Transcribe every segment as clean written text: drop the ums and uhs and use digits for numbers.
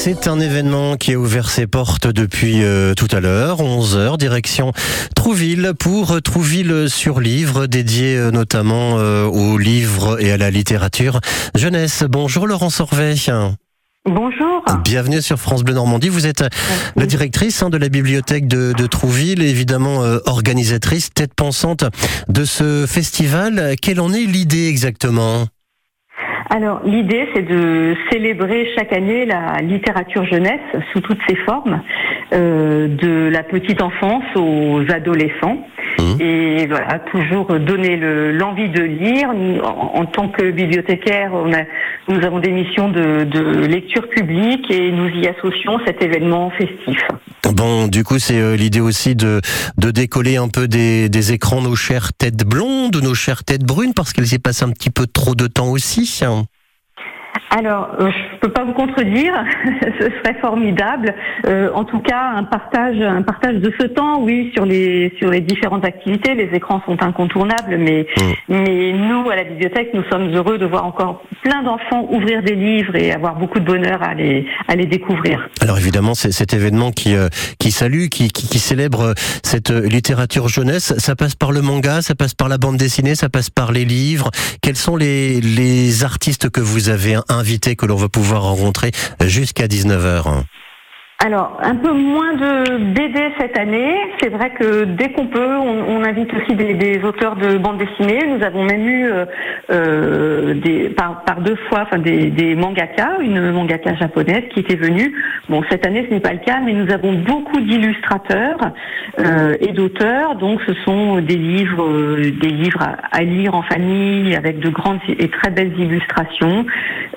C'est un événement qui a ouvert ses portes depuis tout à l'heure, 11h, direction Trouville, pour Trouville-sur-Livre, dédié notamment aux livres et à la littérature jeunesse. Bonjour Laurence Sorvet. Bonjour. Bienvenue sur France Bleu Normandie. Vous êtes la directrice de la bibliothèque de Trouville, évidemment organisatrice, tête pensante de ce festival. Quelle en est l'idée exactement ? Alors, l'idée, c'est de célébrer chaque année la littérature jeunesse sous toutes ses formes, de la petite enfance aux adolescents. Et voilà, toujours donner l'envie de lire. Nous, en tant que bibliothécaire, nous avons des missions de lecture publique et nous y associons cet événement festif. Bon, du coup, c'est l'idée aussi de décoller un peu des écrans nos chères têtes blondes ou nos chères têtes brunes, parce qu'elles y passent un petit peu trop de temps aussi. Alors, je peux pas vous contredire, ce serait formidable. En tout cas, un partage de ce temps, oui, sur les différentes activités. Les écrans sont incontournables, mais nous, à la bibliothèque, nous sommes heureux de voir encore plein d'enfants ouvrir des livres et avoir beaucoup de bonheur à les découvrir. Alors évidemment, c'est cet événement qui salue, qui célèbre cette littérature jeunesse. Ça passe par le manga, ça passe par la bande dessinée, ça passe par les livres. Quels sont les artistes que vous avez invités, que l'on va pouvoir rencontrer jusqu'à 19h? Alors, un peu moins de BD cette année. C'est vrai que dès qu'on peut, on invite aussi des auteurs de bande dessinée. Nous avons même eu par deux fois, des mangakas, une mangaka japonaise qui était venue. Bon, cette année ce n'est pas le cas, mais nous avons beaucoup d'illustrateurs et d'auteurs. Donc, ce sont des livres à lire en famille avec de grandes et très belles illustrations.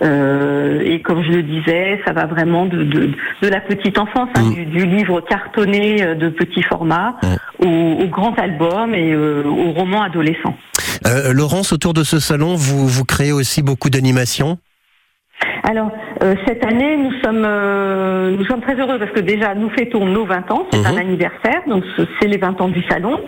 Et comme je le disais, ça va vraiment de la petite enfance, du livre cartonné de petit format au grand album et au roman adolescent. Laurence, autour de ce salon, vous créez aussi beaucoup d'animations ? Alors, cette année, nous sommes très heureux parce que déjà, nous fêtons nos 20 ans, c'est un anniversaire, donc c'est les 20 ans du salon.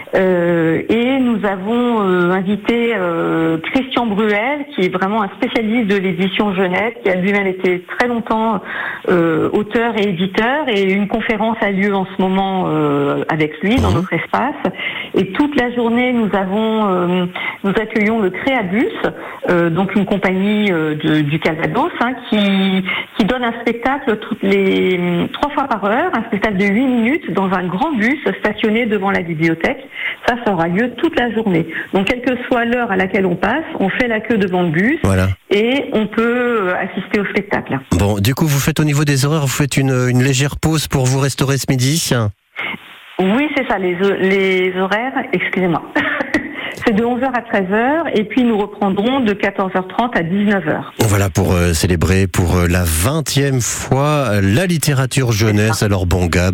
Et nous avons invité Christian Bruel, qui est vraiment un spécialiste de l'édition jeunesse, qui a lui-même été très longtemps auteur et éditeur, et une conférence a lieu en ce moment avec lui dans notre espace. Et toute la journée, nous accueillons le Créabus, donc une compagnie du Calvados, qui donne un spectacle toutes les 3 fois par heure, un spectacle de 8 minutes dans un grand bus stationné devant la bibliothèque. Ça aura lieu toute la journée. Donc, quelle que soit l'heure à laquelle on passe, on fait la queue devant le bus et on peut assister au spectacle. Bon, du coup, vous faites au niveau des horaires, vous faites une légère pause pour vous restaurer ce midi ? Oui, c'est ça, les horaires, excusez-moi. C'est de 11h à 13h et puis nous reprendrons de 14h30 à 19h. Voilà, pour célébrer pour la 20e fois la littérature jeunesse. Alors manga,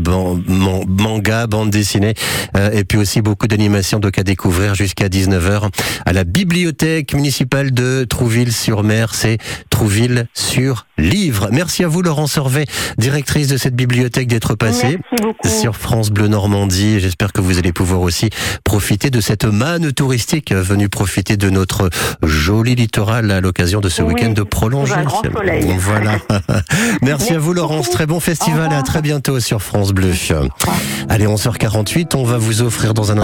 bande dessinée et puis aussi beaucoup d'animations donc à découvrir jusqu'à 19h à la bibliothèque municipale de Trouville-sur-Mer. C'est Trouville-sur-Livre. Merci à vous Laurence Sorvet, directrice de cette bibliothèque, d'être passée sur France Bleu Normandie. J'espère que vous allez pouvoir aussi profiter de cette manne touristique venue profiter de notre joli littoral à l'occasion de ce week-end de prolongé. Un grand soleil. Voilà. Merci à vous Laurence, très bon festival et à très bientôt sur France Bleu. Allez, 11h48, on va vous offrir dans un